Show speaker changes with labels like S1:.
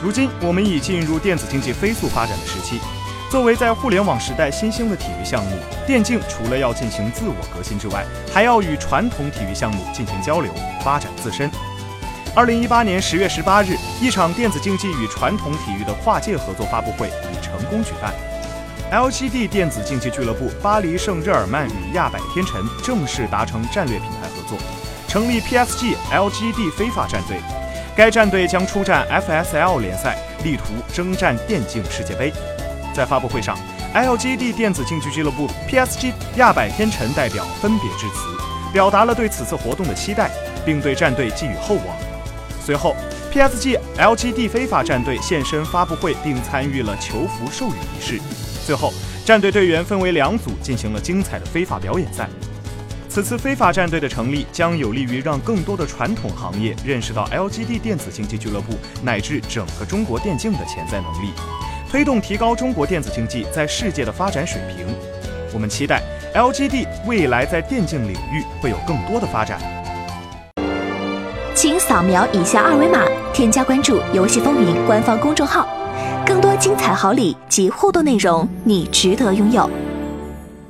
S1: 如今，我们已进入电子竞技飞速发展的时期。作为在互联网时代新兴的体育项目，电竞除了要进行自我革新之外，还要与传统体育项目进行交流，发展自身。2018年10月18日，一场电子竞技与传统体育的跨界合作发布会已成功举办。LGD 电子竞技俱乐部巴黎圣日耳曼与亚百天辰正式达成战略品牌合作，成立 PSG LGD 非法战队。该战队将出战 FSL 联赛，力图征战电竞世界杯。在发布会上 ，LGD 电子竞技俱乐部、PSG 亚百天辰代表分别致辞，表达了对此次活动的期待，并对战队寄予厚望。随后 ，PSG LGD 非法战队现身发布会，并参与了球服授予仪式。最后，战队队员分为2组，进行了精彩的非法表演赛。此次非法战队的成立，将有利于让更多的传统行业认识到 LGD 电子竞技俱乐部乃至整个中国电竞的潜在能力，推动提高中国电子竞技在世界的发展水平。我们期待 LGD 未来在电竞领域会有更多的发展。
S2: 请扫描以下2维码，添加关注“游戏风云”官方公众号，更多精彩好礼及互动内容，你值得拥有。